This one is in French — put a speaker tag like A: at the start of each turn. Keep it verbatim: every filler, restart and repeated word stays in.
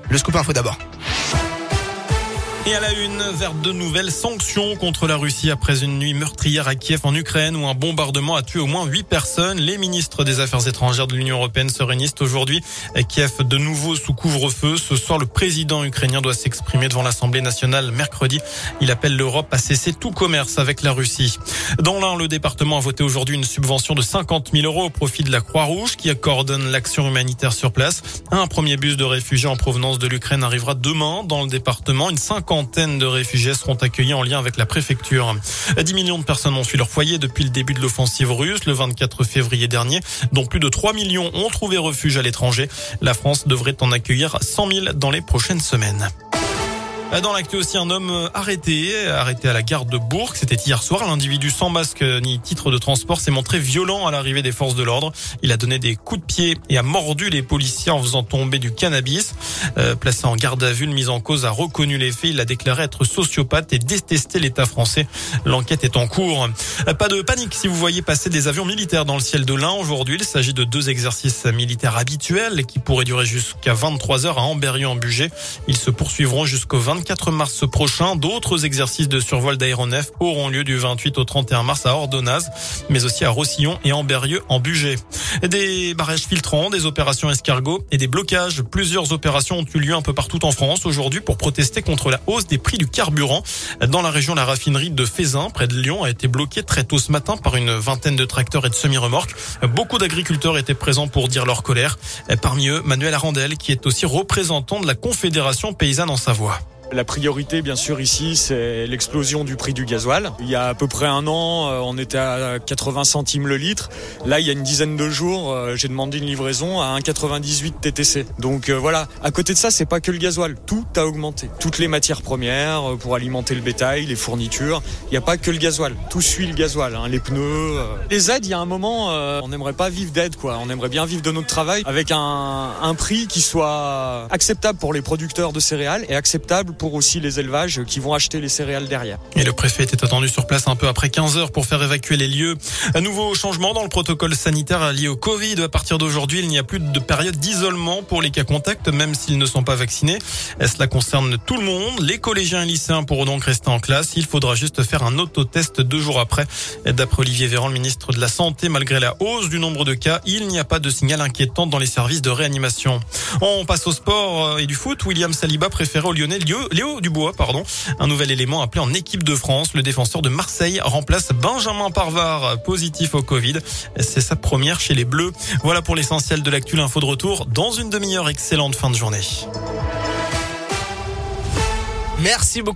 A: Le scoop info d'abord.
B: Et à la une, vers de nouvelles sanctions contre la Russie après une nuit meurtrière à Kiev en Ukraine où un bombardement a tué au moins huit personnes. Les ministres des Affaires étrangères de l'Union européenne se réunissent aujourd'hui à Kiev de nouveau sous couvre-feu. Ce soir, le président ukrainien doit s'exprimer devant l'Assemblée nationale mercredi. Il appelle l'Europe à cesser tout commerce avec la Russie. Dans l'Ain, le département a voté aujourd'hui une subvention de cinquante mille euros au profit de la Croix-Rouge qui coordonne l'action humanitaire sur place. Un premier bus de réfugiés en provenance de l'Ukraine arrivera demain dans le département. Une cinquantaine de réfugiés seront accueillis en lien avec la préfecture. dix millions de personnes ont fui leur foyer depuis le début de l'offensive russe, le vingt-quatre février dernier, dont plus de trois millions ont trouvé refuge à l'étranger. La France devrait en accueillir cent mille dans les prochaines semaines. Dans l'actu aussi, un homme arrêté, arrêté à la gare de Bourg. C'était hier soir. L'individu sans masque ni titre de transport s'est montré violent à l'arrivée des forces de l'ordre. Il a donné des coups de pied et a mordu les policiers en faisant tomber du cannabis. Euh, placé en garde à vue, le mis en cause a reconnu les faits. Il a déclaré être sociopathe et détester l'État français. L'enquête est en cours. Pas de panique si vous voyez passer des avions militaires dans le ciel de l'Ain aujourd'hui. Il s'agit de deux exercices militaires habituels qui pourraient durer jusqu'à vingt-trois heures à Ambérieu-en-Bugey. Ils se poursuivront jusqu'au vingt-quatre mars prochain. D'autres exercices de survol d'aéronefs auront lieu du vingt-huit au trente et un mars à Ordonnaz, mais aussi à Rossillon et Ambérieu-en-Bugey. Des barrages filtrants, des opérations escargots et des blocages. Plusieurs opérations ont eu lieu un peu partout en France aujourd'hui pour protester contre la hausse des prix du carburant. Dans la région, la raffinerie de Fézin, près de Lyon, a été bloquée très tôt ce matin par une vingtaine de tracteurs et de semi-remorques. Beaucoup d'agriculteurs étaient présents pour dire leur colère. Parmi eux, Manuel Arandel, qui est aussi représentant de la Confédération paysanne en Savoie.
C: La priorité, bien sûr, ici, c'est l'explosion du prix du gasoil. Il y a à peu près un an, on était à quatre-vingts centimes le litre. Là, il y a une dizaine de jours, j'ai demandé une livraison à un virgule quatre-vingt-dix-huit T T C. Donc euh, voilà. À côté de ça, c'est pas que le gasoil. Tout a augmenté. Toutes les matières premières pour alimenter le bétail, les fournitures. Il n'y a pas que le gasoil. Tout suit le gasoil. Hein, les pneus. Euh. Les aides, il y a un moment, euh, on n'aimerait pas vivre d'aide, quoi. On aimerait bien vivre de notre travail avec un, un prix qui soit acceptable pour les producteurs de céréales et acceptable pour aussi les élevages qui vont acheter les céréales derrière.
B: Et le préfet était attendu sur place un peu après quinze heures pour faire évacuer les lieux. Un nouveau changement dans le protocole sanitaire lié au Covid. À partir d'aujourd'hui, il n'y a plus de période d'isolement pour les cas contacts, même s'ils ne sont pas vaccinés. Cela concerne tout le monde. Les collégiens et lycéens pourront donc rester en classe. Il faudra juste faire un autotest deux jours après. D'après Olivier Véran, le ministre de la Santé, malgré la hausse du nombre de cas, il n'y a pas de signal inquiétant dans les services de réanimation. On passe au sport et du foot. William Saliba préférait au Lyonnais Léo Dubois, pardon. Un nouvel élément appelé en équipe de France. Le défenseur de Marseille remplace Benjamin Pavard, positif au Covid. C'est sa première chez les Bleus. Voilà pour l'essentiel de l'actu. L'info de retour dans une demi-heure. Excellente fin de journée.
A: Merci beaucoup.